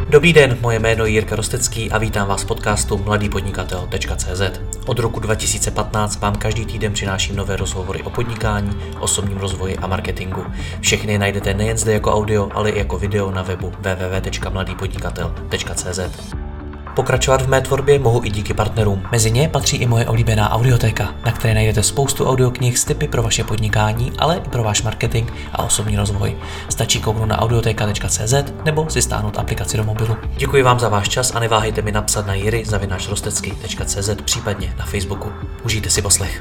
Dobrý den, moje jméno je Jirka Rostecký a vítám vás v podcastu mladýpodnikatel.cz. Od roku 2015 vám každý týden přináším nové rozhovory o podnikání, osobním rozvoji a marketingu. Všechny najdete nejen zde jako audio, ale i jako video na webu www.mladýpodnikatel.cz. Pokračovat v mé tvorbě mohu i díky partnerům. Mezi ně patří i moje oblíbená audiotéka, na které najdete spoustu audioknih s tipy pro vaše podnikání, ale i pro váš marketing a osobní rozvoj. Stačí kouknout na audioteka.cz nebo si stáhnout aplikaci do mobilu. Děkuji vám za váš čas a neváhejte mi napsat na jiry@rostecky.cz, případně na Facebooku. Užijte si poslech.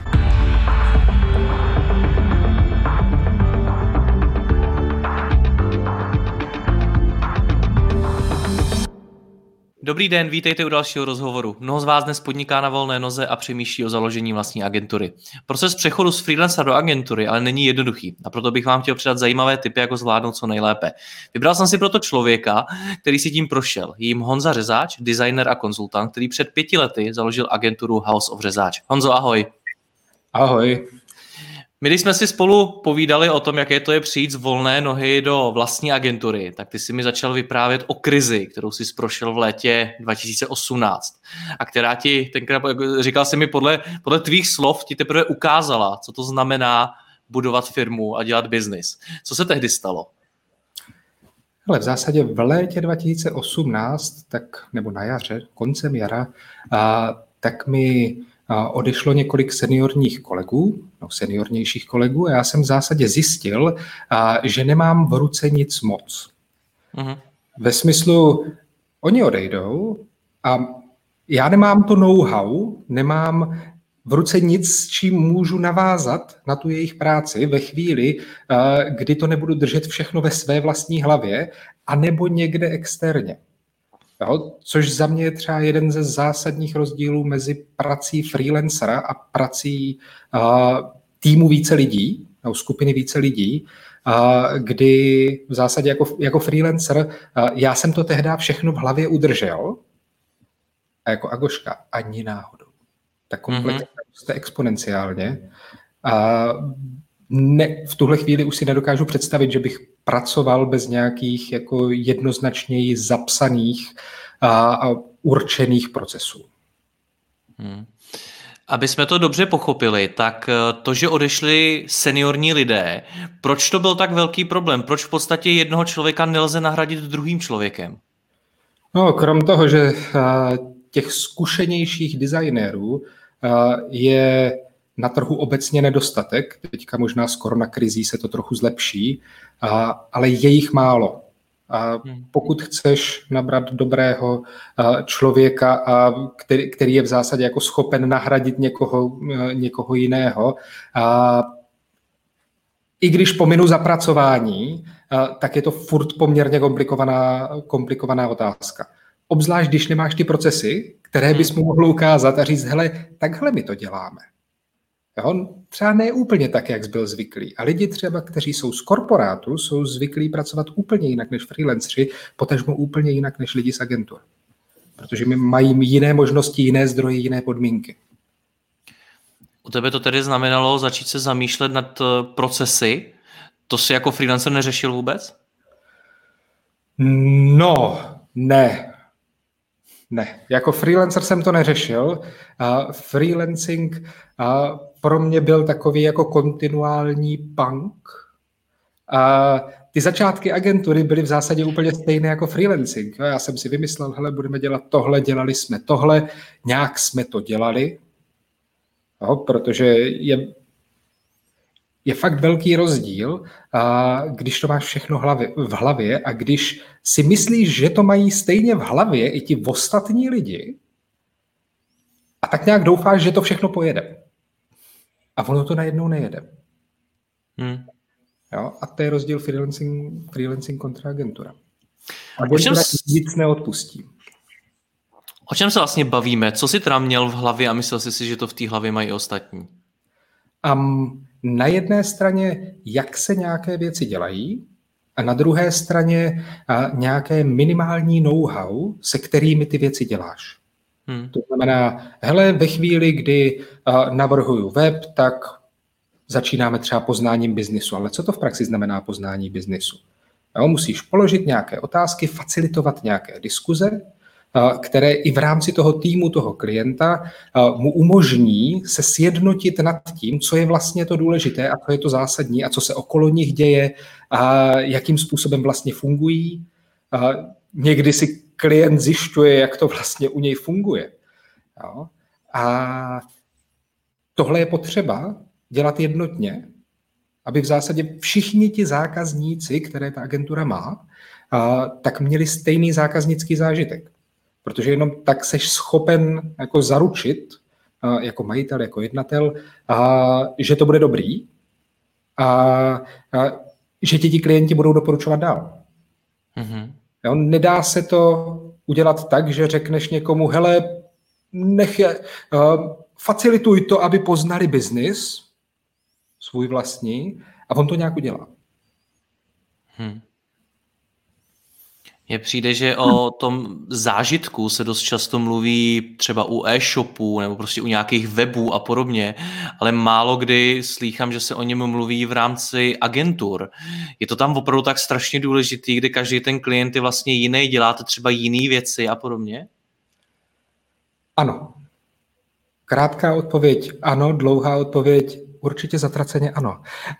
Dobrý den, vítejte u dalšího rozhovoru. Mnoho z vás dnes podniká na volné noze a přemýšlí o založení vlastní agentury. Proces přechodu z freelancera do agentury ale není jednoduchý a proto bych vám chtěl předat zajímavé tipy, jak ho zvládnout co nejlépe. Vybral jsem si proto člověka, který si tím prošel. Je jim Honza Řezáč, designer a konzultant, který před 5 lety založil agenturu House of Řezáč. Honzo, ahoj. Ahoj. My, když jsme si spolu povídali o tom, jaké to je přijít z volné nohy do vlastní agentury, tak ty si mi začal vyprávět o krizi, kterou jsi prošel v létě 2018 a která ti, tenkrát říkal jsi mi podle tvých slov, ti teprve ukázala, co to znamená budovat firmu a dělat biznis. Co se tehdy stalo? Ale v zásadě v létě 2018, nebo na jaře, koncem jara, tak mi odešlo několik seniornějších kolegů a já jsem v zásadě zjistil, že nemám v ruce nic moc. Mhm. Ve smyslu, oni odejdou a já nemám to know-how, nemám v ruce nic, s čím můžu navázat na tu jejich práci ve chvíli, kdy to nebudu držet všechno ve své vlastní hlavě, anebo někde externě. Jo, což za mě je třeba jeden ze zásadních rozdílů mezi prací freelancera a prací týmu více lidí, nebo skupiny více lidí, kdy v zásadě jako freelancer já jsem to tehdy všechno v hlavě udržel a jako Agoška ani náhodou. Tak kompletně exponenciálně. V tuhle chvíli už si nedokážu představit, že bych pracoval bez nějakých jako jednoznačněji zapsaných a určených procesů. Aby jsme to dobře pochopili, tak to, že odešli seniorní lidé, proč to byl tak velký problém? Proč v podstatě jednoho člověka nelze nahradit druhým člověkem? No, krom toho, že těch zkušenějších designérů je na trhu obecně nedostatek, teďka možná s koronakrizí se to trochu zlepší, ale je jich málo. A pokud chceš nabrat dobrého člověka, který je v zásadě jako schopen nahradit někoho jiného, i když pominu zapracování, tak je to furt poměrně komplikovaná otázka. Obzvlášť, když nemáš ty procesy, které bys mu mohl ukázat a říct, hele, takhle my to děláme. Jo? Třeba ne úplně tak, jak jsi byl zvyklý. A lidi třeba, kteří jsou z korporátu, jsou zvyklí pracovat úplně jinak než freelanceri, potažmo úplně jinak než lidi z agentur. Protože mají jiné možnosti, jiné zdroje, jiné podmínky. U tebe to tedy znamenalo začít se zamýšlet nad procesy? To jsi jako freelancer neřešil vůbec? No, ne. Jako freelancer jsem to neřešil. Freelancing pro mě byl takový jako kontinuální punk. Ty začátky agentury byly v zásadě úplně stejné jako freelancing. Já jsem si vymyslel, hele, budeme dělat tohle, dělali jsme tohle, nějak jsme to dělali, protože je fakt velký rozdíl, když to máš všechno v hlavě a když si myslíš, že to mají stejně v hlavě i ti ostatní lidi a tak nějak doufáš, že to všechno pojede. A ono to najednou nejede. Jo? A to je rozdíl freelancing kontra agentura. Agentura nic neodpustí. O čem se vlastně bavíme? Co jsi teda měl v hlavě a myslel jsi si, že to v té hlavě mají ostatní? Na jedné straně, jak se nějaké věci dělají, a na druhé straně nějaké minimální know-how, se kterými ty věci děláš. To znamená, hele, ve chvíli, kdy navrhuju web, tak začínáme třeba poznáním biznisu. Ale co to v praxi znamená poznání biznisu? Jo, musíš položit nějaké otázky, facilitovat nějaké diskuze, které i v rámci toho týmu toho klienta mu umožní se sjednotit nad tím, co je vlastně to důležité a co je to zásadní a co se okolo nich děje a jakým způsobem vlastně fungují. Někdy si klient zjišťuje, jak to vlastně u něj funguje. Jo. A tohle je potřeba dělat jednotně, aby v zásadě všichni ti zákazníci, které ta agentura má, tak měli stejný zákaznický zážitek. Protože jenom tak seš schopen jako zaručit, jako majitel, jako jednatel, že to bude dobrý a že ti klienti budou doporučovat dál. Mm-hmm. Jo, nedá se to udělat tak, že řekneš někomu, hele, facilituj to, aby poznali biznis, svůj vlastní, a on to nějak udělá. Mně přijde, že o tom zážitku se dost často mluví třeba u e-shopů nebo prostě u nějakých webů a podobně, ale málo kdy slýchám, že se o něm mluví v rámci agentur. Je to tam opravdu tak strašně důležitý, kde každý ten klient je vlastně jiný, děláte třeba jiné věci a podobně? Ano. Krátká odpověď ano, dlouhá odpověď určitě zatraceně ano.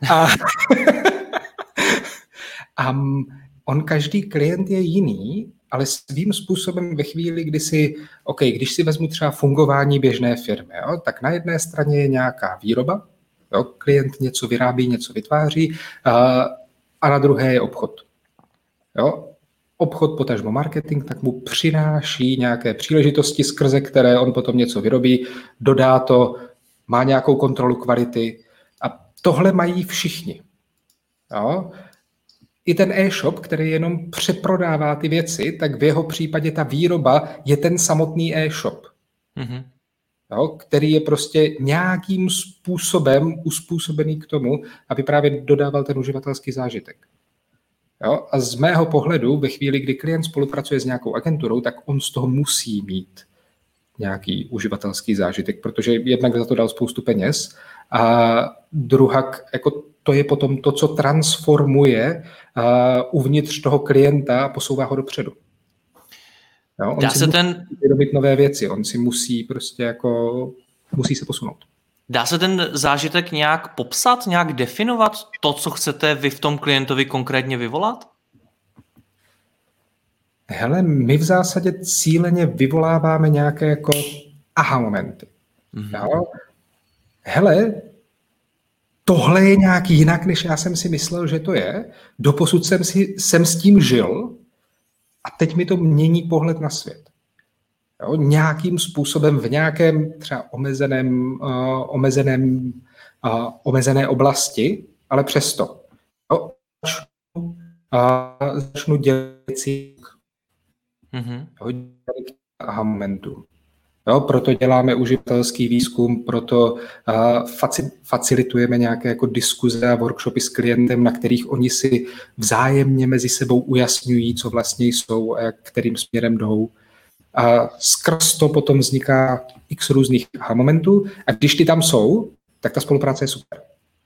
On každý klient je jiný, ale svým způsobem ve chvíli, když si vezmu třeba fungování běžné firmy, jo, tak na jedné straně je nějaká výroba, jo, klient něco vyrábí, něco vytváří, a na druhé je obchod. Jo. Obchod, potažmo marketing, tak mu přináší nějaké příležitosti, skrze které on potom něco vyrobí, dodá to, má nějakou kontrolu kvality a tohle mají všichni. Jo. I ten e-shop, který jenom přeprodává ty věci, tak v jeho případě ta výroba je ten samotný e-shop, jo, který je prostě nějakým způsobem uspůsobený k tomu, aby právě dodával ten uživatelský zážitek. Jo? A z mého pohledu, ve chvíli, kdy klient spolupracuje s nějakou agenturou, tak on z toho musí mít nějaký uživatelský zážitek, protože jednak za to dal spoustu peněz a druhak, jako to je potom to, co transformuje uvnitř toho klienta a posouvá ho dopředu. Jo? On si musí vyrobit nové věci, on si musí musí se posunout. Dá se ten zážitek nějak popsat, nějak definovat to, co chcete vy v tom klientovi konkrétně vyvolat? Hele, my v zásadě cíleně vyvoláváme nějaké jako aha momenty. Jo? Hele, tohle je nějak jinak, než já jsem si myslel, že to je. Doposud jsem s tím žil a teď mi to mění pohled na svět. Jo? Nějakým způsobem v nějakém třeba omezené oblasti, ale přesto. Jo? Začnu dělat věci aha momentu. Jo, proto děláme uživatelský výzkum, proto facilitujeme nějaké jako diskuze a workshopy s klientem, na kterých oni si vzájemně mezi sebou ujasňují, co vlastně jsou a kterým směrem jdou. A skrz to potom vzniká x různých aha momentů a když ty tam jsou, tak ta spolupráce je super.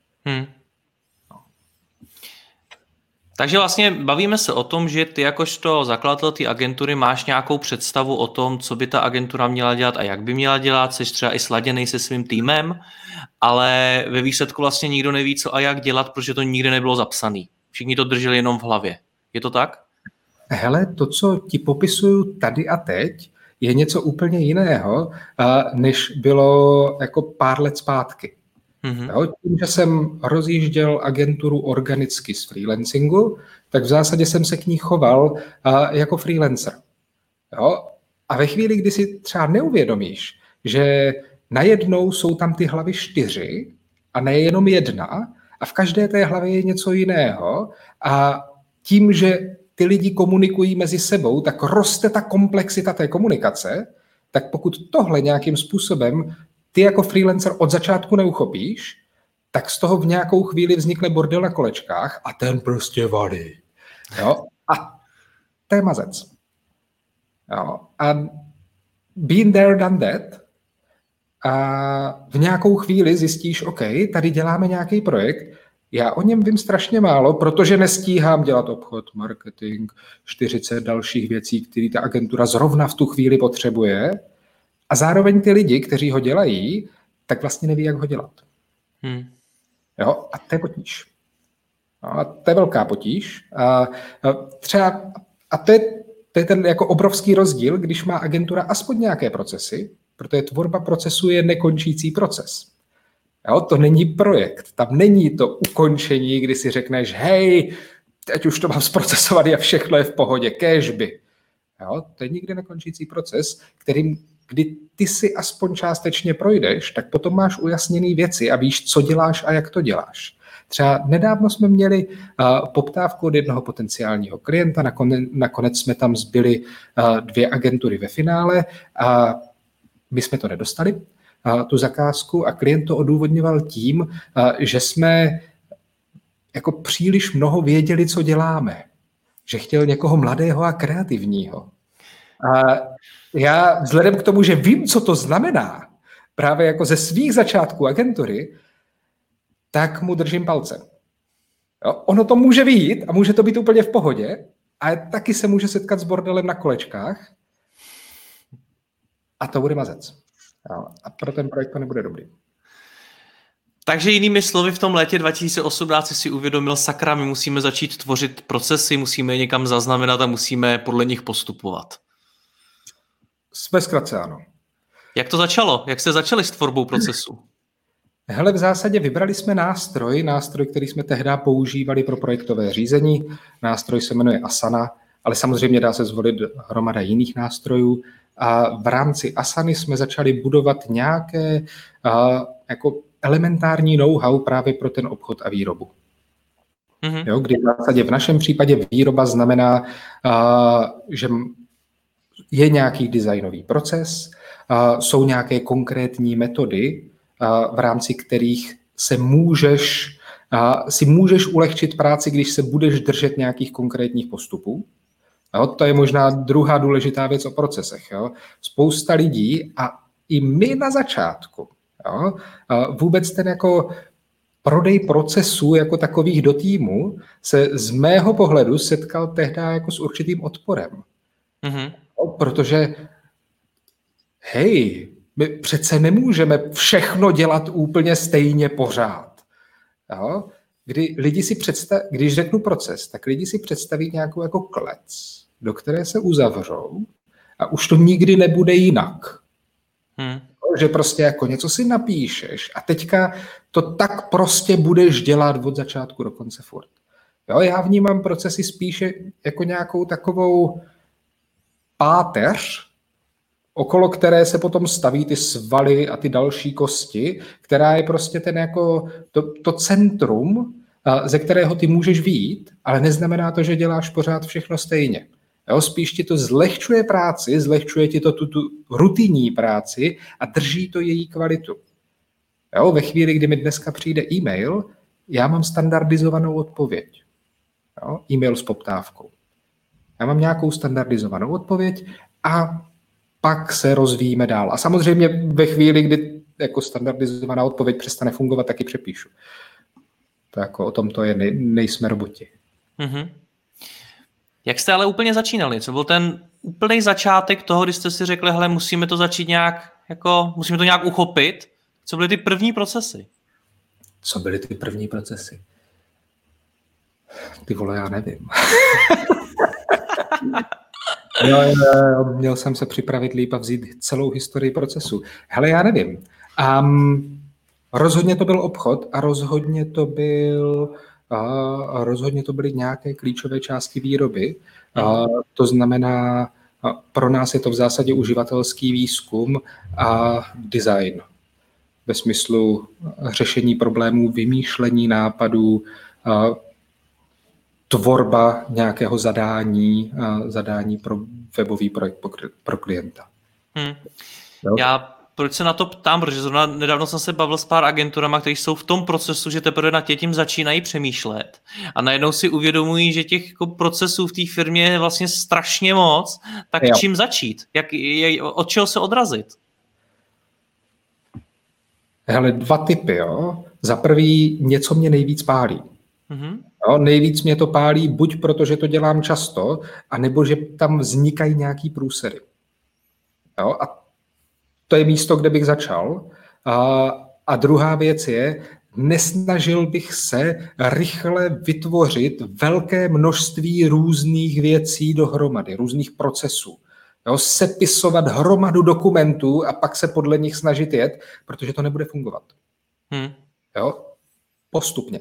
Takže vlastně bavíme se o tom, že ty jakožto zakladatel té agentury máš nějakou představu o tom, co by ta agentura měla dělat a jak by měla dělat, jsi třeba i sladěnej se svým týmem, ale ve výsledku vlastně nikdo neví, co a jak dělat, protože to nikdy nebylo zapsaný. Všichni to drželi jenom v hlavě. Je to tak? Hele, to, co ti popisuju tady a teď, je něco úplně jiného, než bylo jako pár let zpátky. Jo, tím, že jsem rozjížděl agenturu organicky z freelancingu, tak v zásadě jsem se k ní choval jako freelancer. Jo? A ve chvíli, kdy si třeba neuvědomíš, že najednou jsou tam ty hlavy 4 a nejenom jedna a v každé té hlavě je něco jiného a tím, že ty lidi komunikují mezi sebou, tak roste ta komplexita té komunikace, tak pokud tohle nějakým způsobem ty jako freelancer od začátku neuchopíš, tak z toho v nějakou chvíli vznikne bordel na kolečkách a ten prostě vadí. Jo? A to je mazec. Jo? A been there, done that. A v nějakou chvíli zjistíš, OK, tady děláme nějaký projekt, Já o něm vím strašně málo, protože nestíhám dělat obchod, marketing, 40 dalších věcí, které ta agentura zrovna v tu chvíli potřebuje. A zároveň ty lidi, kteří ho dělají, tak vlastně neví, jak ho dělat. Jo? A to je potíž. No, a to je velká potíž. A to je ten jako obrovský rozdíl, když má agentura aspoň nějaké procesy, protože tvorba procesu je nekončící proces. Jo, to není projekt, tam není to ukončení, kdy si řekneš, hej, teď už to mám zprocesovaný a všechno je v pohodě, kéžby. Jo, to je nikdy nekončící proces, kdy ty si aspoň částečně projdeš, tak potom máš ujasněné věci a víš, co děláš a jak to děláš. Třeba nedávno jsme měli poptávku od jednoho potenciálního klienta, nakonec jsme tam zbyli 2 agentury ve finále a my jsme to nedostali, tu zakázku, a klient to odůvodňoval tím, že jsme jako příliš mnoho věděli, co děláme. Že chtěl někoho mladého a kreativního. A já vzhledem k tomu, že vím, co to znamená, právě jako ze svých začátků agentury, tak mu držím palce. Jo? Ono to může vyjít a může to být úplně v pohodě, ale taky se může setkat s bordelem na kolečkách a to bude mazec. Jo? A pro ten projekt to nebude dobrý. Takže jinými slovy, v tom létě 2018 si uvědomil, sakra, my musíme začít tvořit procesy, musíme je někam zaznamenat a musíme podle nich postupovat. Ve zkratce ano. Jak to začalo? Jak jste začali s tvorbou procesu? Hele, v zásadě vybrali jsme nástroj, který jsme tehdy používali pro projektové řízení. Nástroj se jmenuje Asana, ale samozřejmě dá se zvolit hromada jiných nástrojů. A v rámci Asany jsme začali budovat nějaké jako elementární know-how právě pro ten obchod a výrobu. Jo, kdy v zásadě v našem případě výroba znamená, že je nějaký designový proces, jsou nějaké konkrétní metody, v rámci kterých si můžeš ulehčit práci, když se budeš držet nějakých konkrétních postupů. Jo, to je možná druhá důležitá věc o procesech. Jo. Spousta lidí a i my na začátku, jo, vůbec ten jako prodej procesů jako takových do týmu se z mého pohledu setkal tehdy jako s určitým odporem. Jo, protože hej, my přece nemůžeme všechno dělat úplně stejně pořád. Jo? Když řeknu proces, tak lidi si představí nějakou jako klec, do které se uzavřou a už to nikdy nebude jinak. Že prostě jako něco si napíšeš a teďka to tak prostě budeš dělat od začátku do konce furt. Jo? Já vnímám procesy spíše jako nějakou takovou páteř, okolo které se potom staví ty svaly a ty další kosti, která je prostě ten jako to centrum, ze kterého ty můžeš vyjít, ale neznamená to, že děláš pořád všechno stejně. Jo, spíš ti to zlehčuje práci, zlehčuje ti to tu rutinní práci a drží to její kvalitu. Jo, ve chvíli, kdy mi dneska přijde e-mail, já mám standardizovanou odpověď. Jo, e-mail s poptávkou. Já mám nějakou standardizovanou odpověď a pak se rozvíjíme dál. A samozřejmě ve chvíli, kdy jako standardizovaná odpověď přestane fungovat, taky přepíšu. To jako o tom to je, nejsme roboti. Jak jste ale úplně začínali? Co byl ten úplný začátek toho, kdy jste si řekli, hele, musíme to začít nějak, jako, musíme to nějak uchopit? Co byly ty první procesy? Co byly ty první procesy? Ty vole, já nevím. Měl jsem se připravit líp a vzít celou historii procesu. Hele, já nevím. Rozhodně to byl obchod a rozhodně to byly nějaké klíčové části výroby. To znamená, pro nás je to v zásadě uživatelský výzkum a design. Ve smyslu řešení problémů, vymýšlení nápadů, tvorba nějakého zadání pro webový projekt pro klienta. Já proč se na to ptám, protože zrovna nedávno jsem se bavil s pár agenturama, kteří jsou v tom procesu, že teprve nad tím začínají přemýšlet a najednou si uvědomují, že těch jako procesů v té firmě je vlastně strašně moc, tak čím začít? Od čeho se odrazit? Hele, 2 typy, jo. Za prvý, něco mě nejvíc pálí. Jo, nejvíc mě to pálí buď proto, že to dělám často, anebo že tam vznikají nějaký průsery. Jo, a to je místo, kde bych začal. A druhá věc je, nesnažil bych se rychle vytvořit velké množství různých věcí dohromady, různých procesů. Jo, sepisovat hromadu dokumentů a pak se podle nich snažit jet, protože to nebude fungovat. Jo, postupně.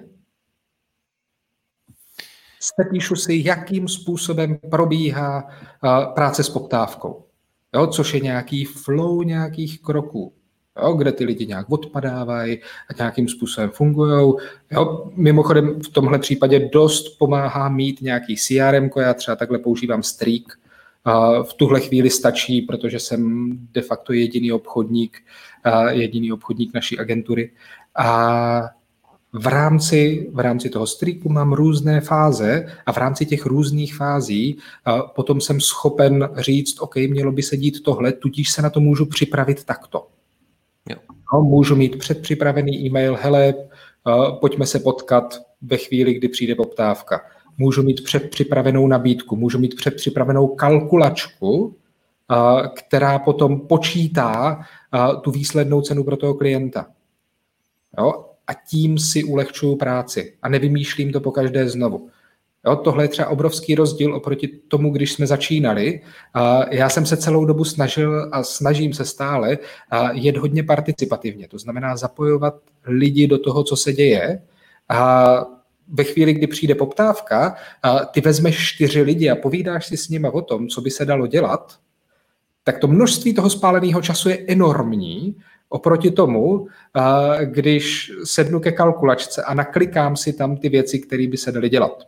Sepíšu si, jakým způsobem probíhá práce s poptávkou. Jo, což je nějaký flow nějakých kroků, jo, kde ty lidi nějak odpadávají a nějakým způsobem fungujou. Mimochodem v tomhle případě dost pomáhá mít nějaký CRM, já třeba takhle používám Streak. V tuhle chvíli stačí, protože jsem de facto jediný obchodník naší agentury. A v rámci toho Streaku mám různé fáze a v rámci těch různých fází potom jsem schopen říct, OK, mělo by se dít tohle, tudíž se na to můžu připravit takto. Jo. No, můžu mít předpřipravený e-mail, hele, pojďme se potkat ve chvíli, kdy přijde poptávka. Můžu mít předpřipravenou nabídku, můžu mít předpřipravenou kalkulačku, která potom počítá tu výslednou cenu pro toho klienta. Jo? A tím si ulehčuju práci a nevymýšlím to pokaždé znovu. Jo, tohle je třeba obrovský rozdíl oproti tomu, když jsme začínali. Já jsem se celou dobu snažil a snažím se stále jet hodně participativně. To znamená zapojovat lidi do toho, co se děje. A ve chvíli, kdy přijde poptávka, ty vezmeš 4 lidi a povídáš si s nimi o tom, co by se dalo dělat, tak to množství toho spáleného času je enormní oproti tomu, když sednu ke kalkulačce a naklikám si tam ty věci, které by se daly dělat.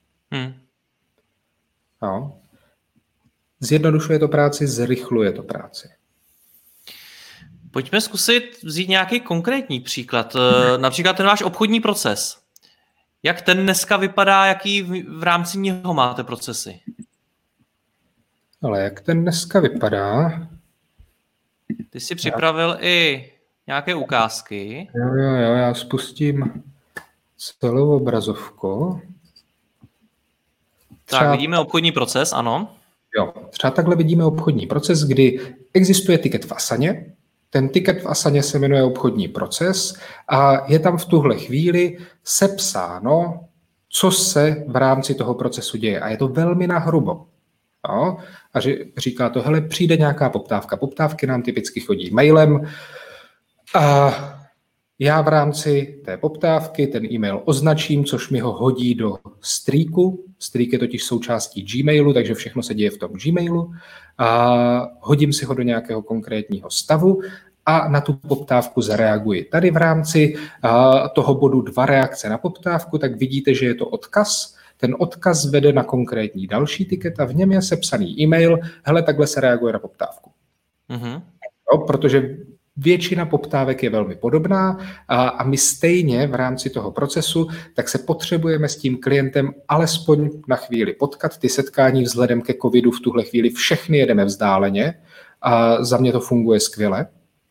No. Zjednodušuje to práci, zrychluje to práci. Pojďme zkusit vzít nějaký konkrétní příklad. Například ten váš obchodní proces. Jak ten dneska vypadá, jaký v rámci něho máte procesy? Ale jak ten dneska vypadá? Ty jsi připravil i nějaké ukázky. Jo, já spustím celou obrazovku. Tak, vidíme obchodní proces, ano. Jo, třeba takhle vidíme obchodní proces, kdy existuje tiket v Asaně. Ten tiket v Asaně se jmenuje obchodní proces a je tam v tuhle chvíli sepsáno, co se v rámci toho procesu děje. A je to velmi nahrubo. Jo? A říká to, hele, přijde nějaká poptávka. Poptávky nám typicky chodí mailem a já v rámci té poptávky ten e-mail označím, což mi ho hodí do Streaku. Streak je totiž součástí Gmailu, takže všechno se děje v tom Gmailu. A hodím si ho do nějakého konkrétního stavu a na tu poptávku zareaguji. Tady v rámci toho bodu 2 reakce na poptávku, tak vidíte, že je to odkaz. Ten odkaz vede na konkrétní další tiket a v něm je sepsaný e-mail, hele, takhle se reaguje na poptávku. Jo, protože většina poptávek je velmi podobná a my stejně v rámci toho procesu tak se potřebujeme s tím klientem alespoň na chvíli potkat. Ty setkání vzhledem ke covidu v tuhle chvíli všechny jedeme vzdáleně a za mě to funguje skvěle.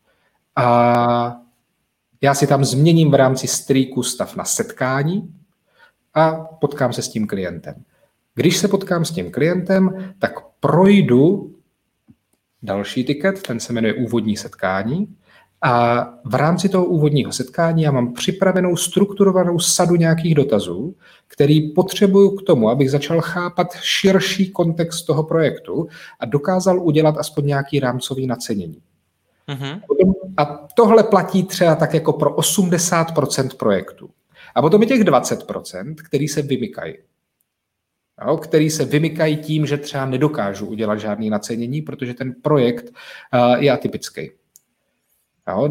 A já si tam změním v rámci Streaku stav na setkání a potkám se s tím klientem. Když se potkám s tím klientem, tak projdu další tiket, ten se jmenuje úvodní setkání. A v rámci toho úvodního setkání já mám připravenou strukturovanou sadu nějakých dotazů, který potřebuju k tomu, abych začal chápat širší kontext toho projektu a dokázal udělat aspoň nějaký rámcový nacenění. A tohle platí třeba tak jako pro 80% projektů. A potom je těch 20%, který se vymykají. Jo, který se vymykají tím, že třeba nedokážu udělat žádný nacenění, protože ten projekt je atypický. Jo,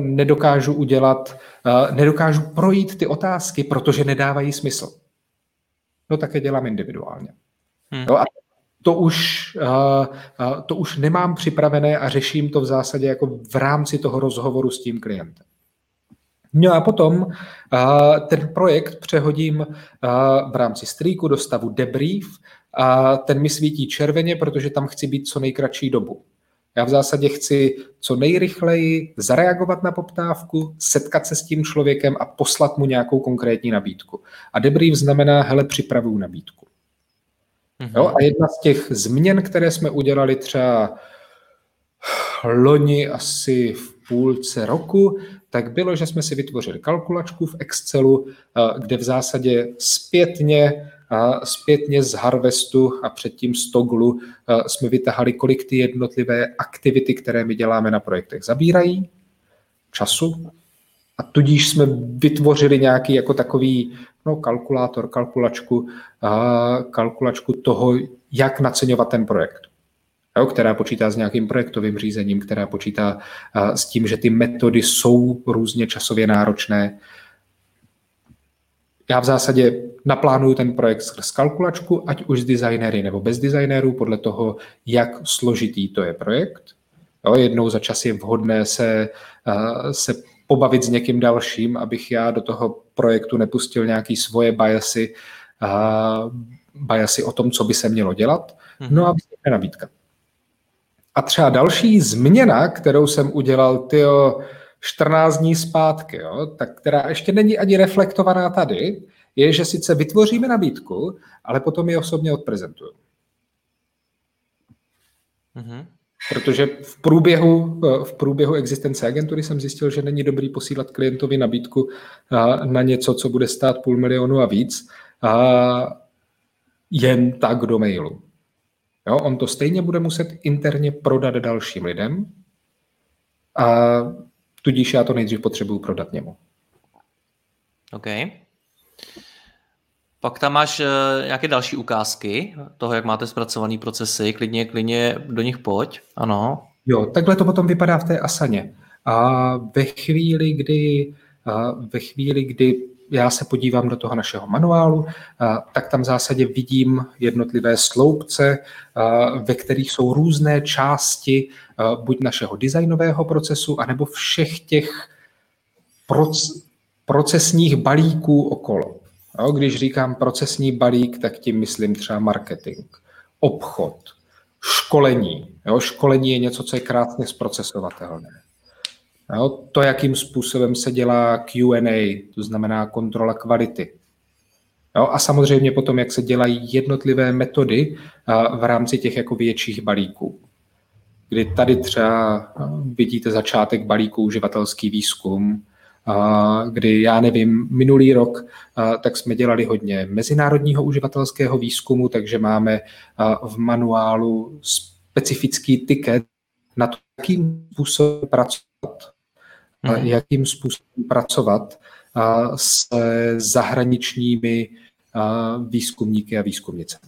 nedokážu projít ty otázky, protože nedávají smysl. No tak je dělám individuálně. Jo, a to už nemám připravené a řeším to v zásadě jako v rámci toho rozhovoru s tím klientem. No a potom ten projekt přehodím v rámci Streaku do stavu debrief a ten mi svítí červeně, protože tam chci být co nejkratší dobu. Já v zásadě chci co nejrychleji zareagovat na poptávku, setkat se s tím člověkem a poslat mu nějakou konkrétní nabídku. A debrief znamená, hele, připravuju nabídku. Jo? A jedna z těch změn, které jsme udělali třeba loni asi v půlce roku, tak bylo, že jsme si vytvořili kalkulačku v Excelu, kde v zásadě zpětně z Harvestu a předtím z Togglu jsme vytahali, kolik ty jednotlivé aktivity, které my děláme na projektech, zabírají času. A tudíž jsme vytvořili nějaký jako takový kalkulačku toho, jak naceňovat ten projekt. Jo, která počítá s nějakým projektovým řízením, která počítá s tím, že ty metody jsou různě časově náročné. Já v zásadě naplánuju ten projekt skrz kalkulačku, ať už s designéry nebo bez designérů, podle toho, jak složitý to je projekt. Jo, jednou za čas je vhodné se pobavit s někým dalším, abych já do toho projektu nepustil nějaké svoje biasy o tom, co by se mělo dělat. No a vznikne nabídka. A třeba další změna, kterou jsem udělal 14 dní zpátky, tak která ještě není ani reflektovaná tady, je, že sice vytvoříme nabídku, ale potom ji osobně odprezentuju. Protože v průběhu existence agentury jsem zjistil, že není dobrý posílat klientovi nabídku na něco, co bude stát 500 000 a víc, jen tak do mailu. Jo, on to stejně bude muset interně prodat dalším lidem a tudíž já to nejdřív potřebuju prodat němu. OK. Pak tam máš nějaké další ukázky toho, jak máte zpracované procesy. Klidně do nich pojď. Ano. Jo, takhle to potom vypadá v té Asaně. A ve chvíli, kdy já se podívám do toho našeho manuálu, tak tam v zásadě vidím jednotlivé sloupce, ve kterých jsou různé části buď našeho designového procesu, anebo všech těch procesních balíků okolo. Jo, když říkám procesní balík, tak tím myslím třeba marketing, obchod, školení. Jo, školení je něco, co je krásně zprocesovatelné. Jo, to, jakým způsobem se dělá Q&A, to znamená kontrola kvality. Jo, a samozřejmě potom, jak se dělají jednotlivé metody v rámci těch jako větších balíků. Kdy tady třeba vidíte začátek balíku uživatelský výzkum, kdy, já nevím, minulý rok tak jsme dělali hodně mezinárodního uživatelského výzkumu, takže máme v manuálu specifický tiket na to, jakým způsobem pracovat s zahraničními výzkumníky a výzkumnicemi.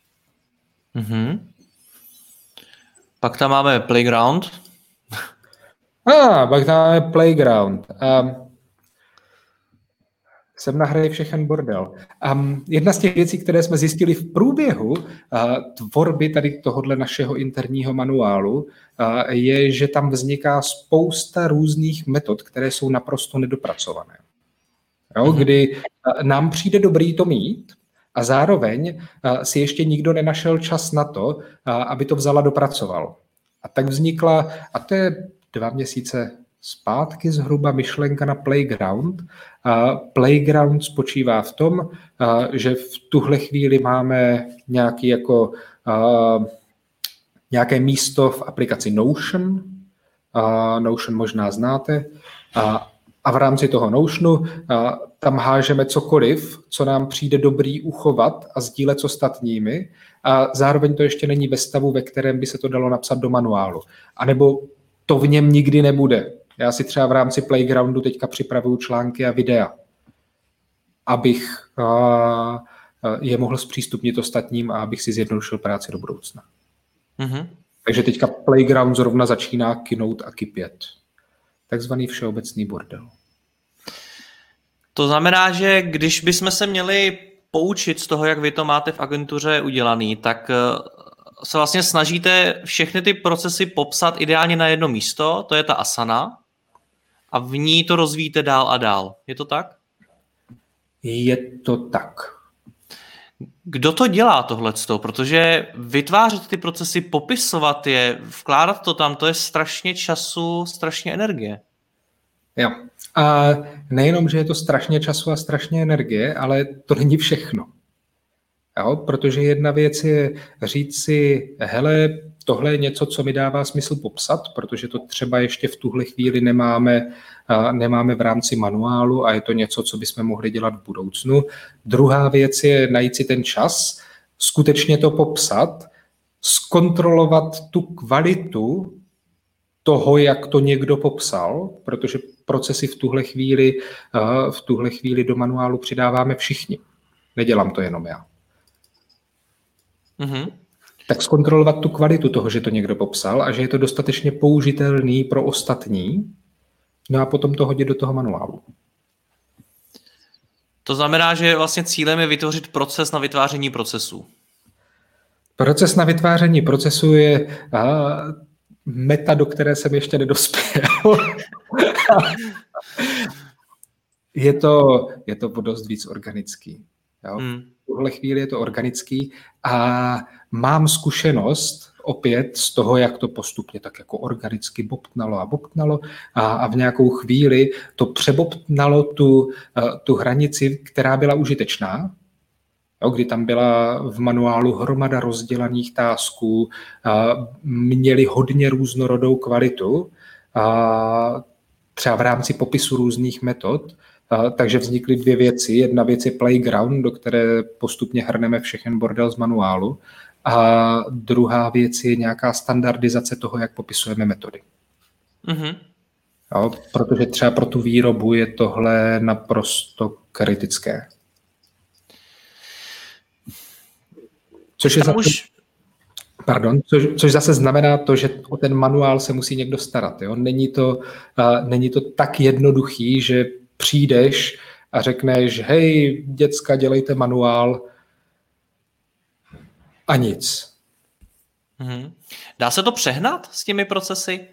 Pak tam máme Playground. Pak tam máme Playground. Jsem na hře všechen bordel. Jedna z těch věcí, které jsme zjistili v průběhu tvorby tady tohohle našeho interního manuálu, je, že tam vzniká spousta různých metod, které jsou naprosto nedopracované. Jo, kdy nám přijde dobrý to mít a zároveň si ještě nikdo nenašel čas na to, aby to vzal a dopracoval. A tak vznikla, a to je 2 měsíce zpátky zhruba, myšlenka na Playground. Playground spočívá v tom, že v tuhle chvíli máme nějaké místo v aplikaci Notion. Notion možná znáte. A v rámci toho Notionu tam hážeme cokoliv, co nám přijde dobrý uchovat a sdílet s ostatními. A zároveň to ještě není ve stavu, ve kterém by se to dalo napsat do manuálu. A nebo to v něm nikdy nebude. Já si třeba v rámci Playgroundu teďka připravuju články a videa, abych je mohl zpřístupnit ostatním a abych si zjednodušil práci do budoucna. Takže teďka Playground zrovna začíná kynout a kypět. Takzvaný všeobecný bordel. To znamená, že když bychom se měli poučit z toho, jak vy to máte v agentuře udělaný, tak se vlastně snažíte všechny ty procesy popsat ideálně na jedno místo, to je ta Asana, a v ní to rozvíjíte dál a dál. Je to tak? Je to tak. Kdo to dělá tohleto? Protože vytvářet ty procesy, popisovat je, vkládat to tam, to je strašně času, strašně energie. Jo. A nejenom, že je to strašně času a strašně energie, ale to není všechno. Jo? Protože jedna věc je říct si, hele, tohle je něco, co mi dává smysl popsat, protože to třeba ještě v tuhle chvíli nemáme v rámci manuálu a je to něco, co bychom mohli dělat v budoucnu. Druhá věc je najít si ten čas, skutečně to popsat, zkontrolovat tu kvalitu toho, jak to někdo popsal, protože procesy v tuhle chvíli do manuálu přidáváme všichni. Nedělám to jenom já. Mm-hmm. Tak zkontrolovat tu kvalitu toho, že to někdo popsal a že je to dostatečně použitelný pro ostatní, no a potom to hodit do toho manuálu. To znamená, že vlastně cílem je vytvořit proces na vytváření procesů. Proces na vytváření procesu je meta, do které jsem ještě nedospěl. je to dost víc organický. Jo? V tuhle chvíli je to organický a mám zkušenost opět z toho, jak to postupně tak jako organicky bobtnalo a v nějakou chvíli to přebobtnalo tu hranici, která byla užitečná, jo, kdy tam byla v manuálu hromada rozdělaných tasků, měli hodně různorodou kvalitu, třeba v rámci popisu různých metod, takže vznikly dvě věci. Jedna věc je playground, do které postupně hrneme všechen bordel z manuálu, a druhá věc je nějaká standardizace toho, jak popisujeme metody. Mm-hmm. Jo, protože třeba pro tu výrobu je tohle naprosto kritické. Což zase znamená to, že o ten manuál se musí někdo starat. Jo? Není to tak jednoduchý, že přijdeš a řekneš, hej, děcka, dělejte manuál a nic. Mm-hmm. Dá se to přehnat s těmi procesy?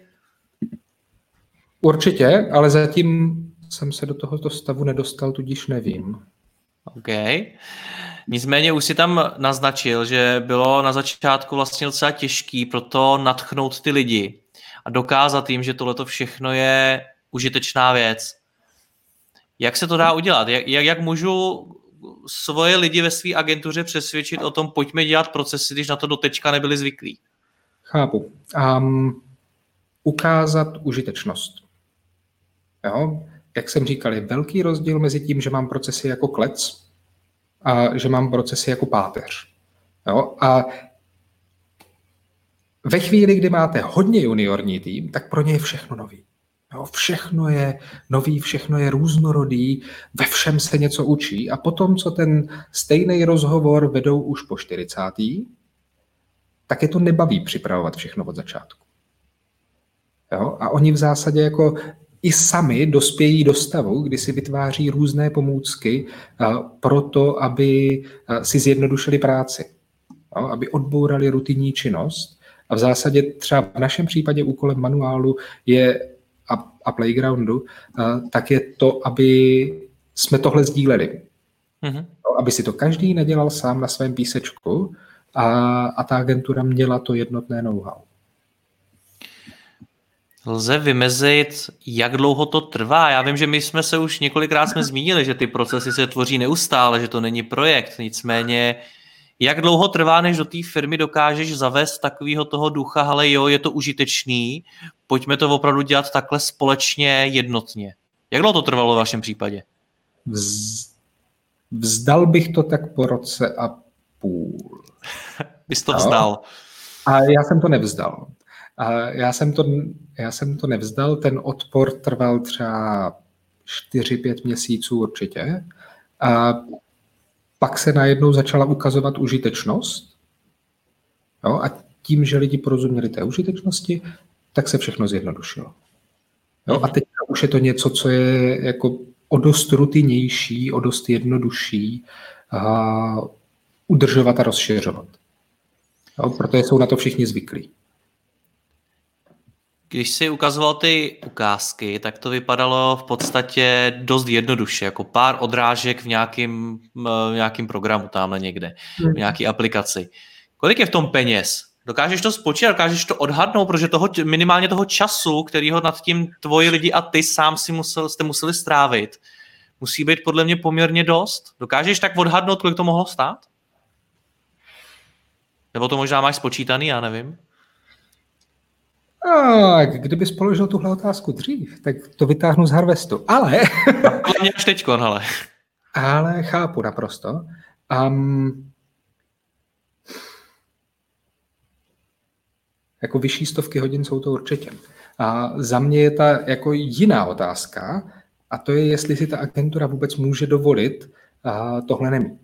Určitě, ale zatím jsem se do tohoto stavu nedostal, tudíž nevím. OK. Nicméně už si tam naznačil, že bylo na začátku vlastně docela těžký pro to nadchnout ty lidi a dokázat jim, že tohleto všechno je užitečná věc. Jak se to dá udělat? Jak můžu svoje lidi ve své agentuře přesvědčit o tom, pojďme dělat procesy, když na to doteďka nebyli zvyklí? Chápu. Ukázat užitečnost. Jo? Jak jsem říkal, je velký rozdíl mezi tím, že mám procesy jako klec a že mám procesy jako páteř. Jo? A ve chvíli, kdy máte hodně juniorní tým, tak pro ně je všechno nový. Jo? Všechno je nový, všechno je různorodý, ve všem se něco učí a potom, co ten stejný rozhovor vedou už po 40., tak je to nebaví připravovat všechno od začátku. Jo? A oni v zásadě jako i sami dospějí do stavu, kdy si vytváří různé pomůcky pro to, aby si zjednodušili práci, jo? Aby odbourali rutinní činnost. A v zásadě třeba v našem případě úkolem manuálu je a playgroundu, tak je to, aby jsme tohle sdíleli. Mm-hmm. Aby si to každý nedělal sám na svém písečku a ta agentura měla to jednotné know-how. Lze vymezit, jak dlouho to trvá? Já vím, že my jsme se už několikrát zmínili, že ty procesy se tvoří neustále, že to není projekt. Nicméně, jak dlouho trvá, než do té firmy dokážeš zavést takového toho ducha, ale jo, je to užitečný, pojďme to opravdu dělat takhle společně, jednotně. Jak dlouho to trvalo v vašem případě? Vzdal bych to tak po roce a půl. Bys to vzdal. A já jsem to nevzdal. Já jsem to nevzdal, ten odpor trval třeba 4-5 měsíců určitě. A pak se najednou začala ukazovat užitečnost. Jo, a tím, že lidi porozuměli té užitečnosti, tak se všechno zjednodušilo. Jo, a teď už je to něco, co je jako o dost rutinnější, o dost jednodušší udržovat a rozšiřovat. Jo, protože jsou na to všichni zvyklí. Když si ukazoval ty ukázky, tak to vypadalo v podstatě dost jednoduše, jako pár odrážek v nějakým programu tamhle někde, v nějaké aplikaci. Kolik je v tom peněz? Dokážeš to spočítat, dokážeš to odhadnout, protože minimálně toho času, kterýho nad tím tvoji lidi a ty sám jste museli strávit, musí být podle mě poměrně dost. Dokážeš tak odhadnout, kolik to mohlo stát? Nebo to možná máš spočítaný, já nevím. Kdybys položil tuhle otázku dřív, tak to vytáhnu z Harvestu. Ale... až teďkon, ale. Ale chápu naprosto. Jako vyšší stovky hodin jsou to určitě. A za mě je ta jako jiná otázka, a to je, jestli si ta agentura vůbec může dovolit tohle nemít.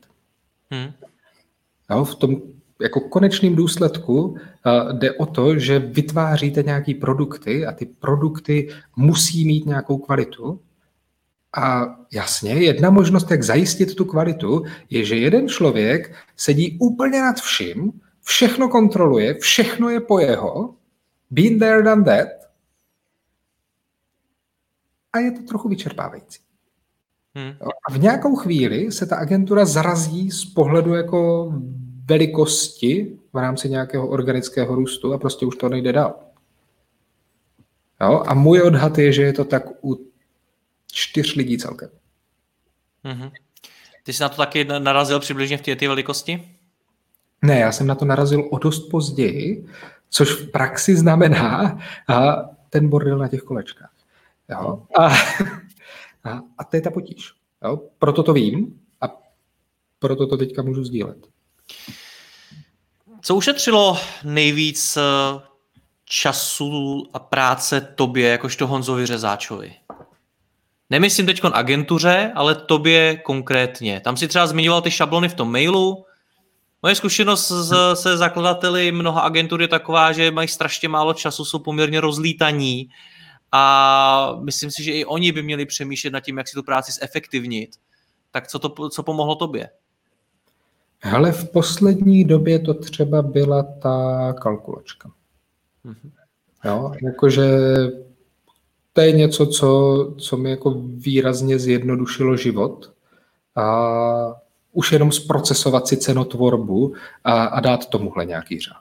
V tom jako konečným důsledku jde o to, že vytváříte nějaké produkty a ty produkty musí mít nějakou kvalitu. A jasně, jedna možnost, jak zajistit tu kvalitu, je, že jeden člověk sedí úplně nad vším, všechno kontroluje, všechno je po jeho, been there, done that, a je to trochu vyčerpávající. A v nějakou chvíli se ta agentura zarazí z pohledu jako velikosti v rámci nějakého organického růstu a prostě už to nejde dál. A můj odhad je, že je to tak u 4 lidí celkem. Ty jsi na to taky narazil přibližně v té velikosti? Ne, já jsem na to narazil o dost později, což v praxi znamená ten bordel na těch kolečkách. Jo? A to je ta potíž. Jo? Proto to vím a proto to teďka můžu sdílet. Co ušetřilo nejvíc času a práce tobě, jakožto Honzovi Řezáčovi? Nemyslím teďkon agentuře, ale tobě konkrétně. Tam si třeba zmiňoval ty šablony v tom mailu. Moje zkušenost se zakladateli mnoha agentur je taková, že mají strašně málo času, jsou poměrně rozlítaní a myslím si, že i oni by měli přemýšlet nad tím, jak si tu práci zefektivnit. Tak co pomohlo tobě? Hele, v poslední době to třeba byla ta kalkulačka. Jo, jakože to je něco, co mi jako výrazně zjednodušilo život a už jenom zprocesovat si cenotvorbu a dát tomuhle nějaký řád.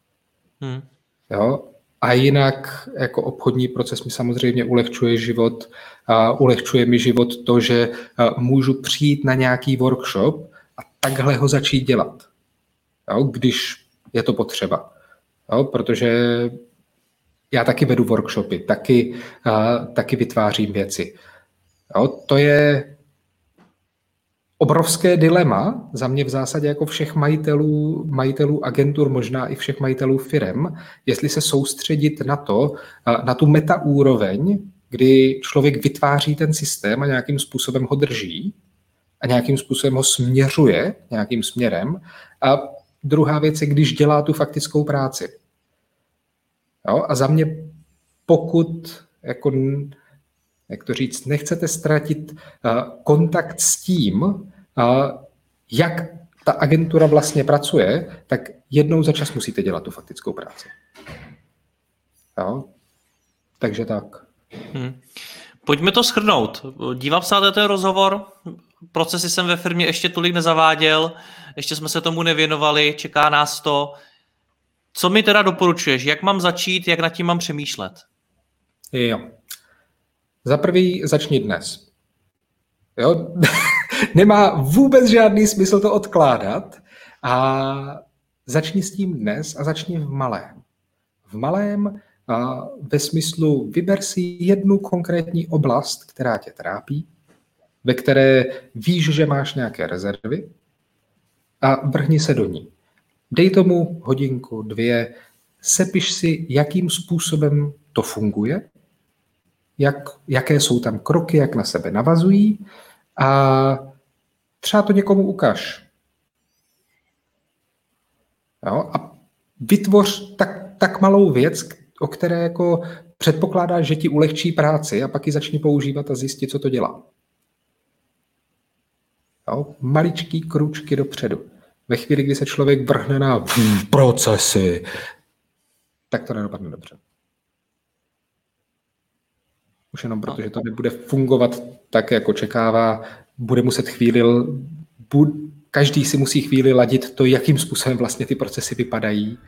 Jo? A jinak jako obchodní proces mi samozřejmě ulehčuje život. Ulehčuje mi život to, že můžu přijít na nějaký workshop a takhle ho začít dělat, jo? Když je to potřeba. Jo? Protože já taky vedu workshopy, taky vytvářím věci. Jo? To je obrovské dilema za mě v zásadě jako všech majitelů agentur, možná i všech majitelů firem, jestli se soustředit na tu metaúroveň, kdy člověk vytváří ten systém a nějakým způsobem ho drží a nějakým způsobem ho směřuje nějakým směrem. A druhá věc je, když dělá tu faktickou práci. Jo? A za mě, pokud jako jak to říct, nechcete ztratit kontakt s tím, jak ta agentura vlastně pracuje, tak jednou za čas musíte dělat tu faktickou práci. Jo? Takže tak. Pojďme to shrnout. Dívám se na ten rozhovor, procesy jsem ve firmě ještě tolik nezaváděl, ještě jsme se tomu nevěnovali, čeká nás to. Co mi teda doporučuješ? Jak mám začít, jak nad tím mám přemýšlet? Jo. Za prvý začni dnes. Jo? Nemá vůbec žádný smysl to odkládat a začni s tím dnes a začni v malém. V malém ve smyslu vyber si jednu konkrétní oblast, která tě trápí, ve které víš, že máš nějaké rezervy a vrhni se do ní. Dej tomu hodinku, 2, sepiš si, jakým způsobem to funguje, jaké jsou tam kroky, jak na sebe navazují a třeba to někomu ukaž. Jo? A vytvoř tak malou věc, o které jako předpokládáš, že ti ulehčí práci a pak ji začni používat a zjistit, co to dělá. Jo? Maličký krůčky dopředu. Ve chvíli, kdy se člověk vrhne na procesy, tak to nedopadne dobře. Už jenom protože to nebude fungovat tak, jak očekává. Bude muset každý si musí chvíli ladit to, jakým způsobem vlastně ty procesy vypadají.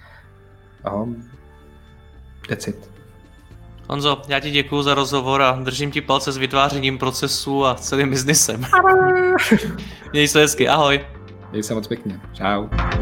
That's it. Honzo, já ti děkuju za rozhovor a držím ti palce s vytvářením procesu a celým biznesem. Měj se hezky, ahoj. Měj se moc pěkně. Čau.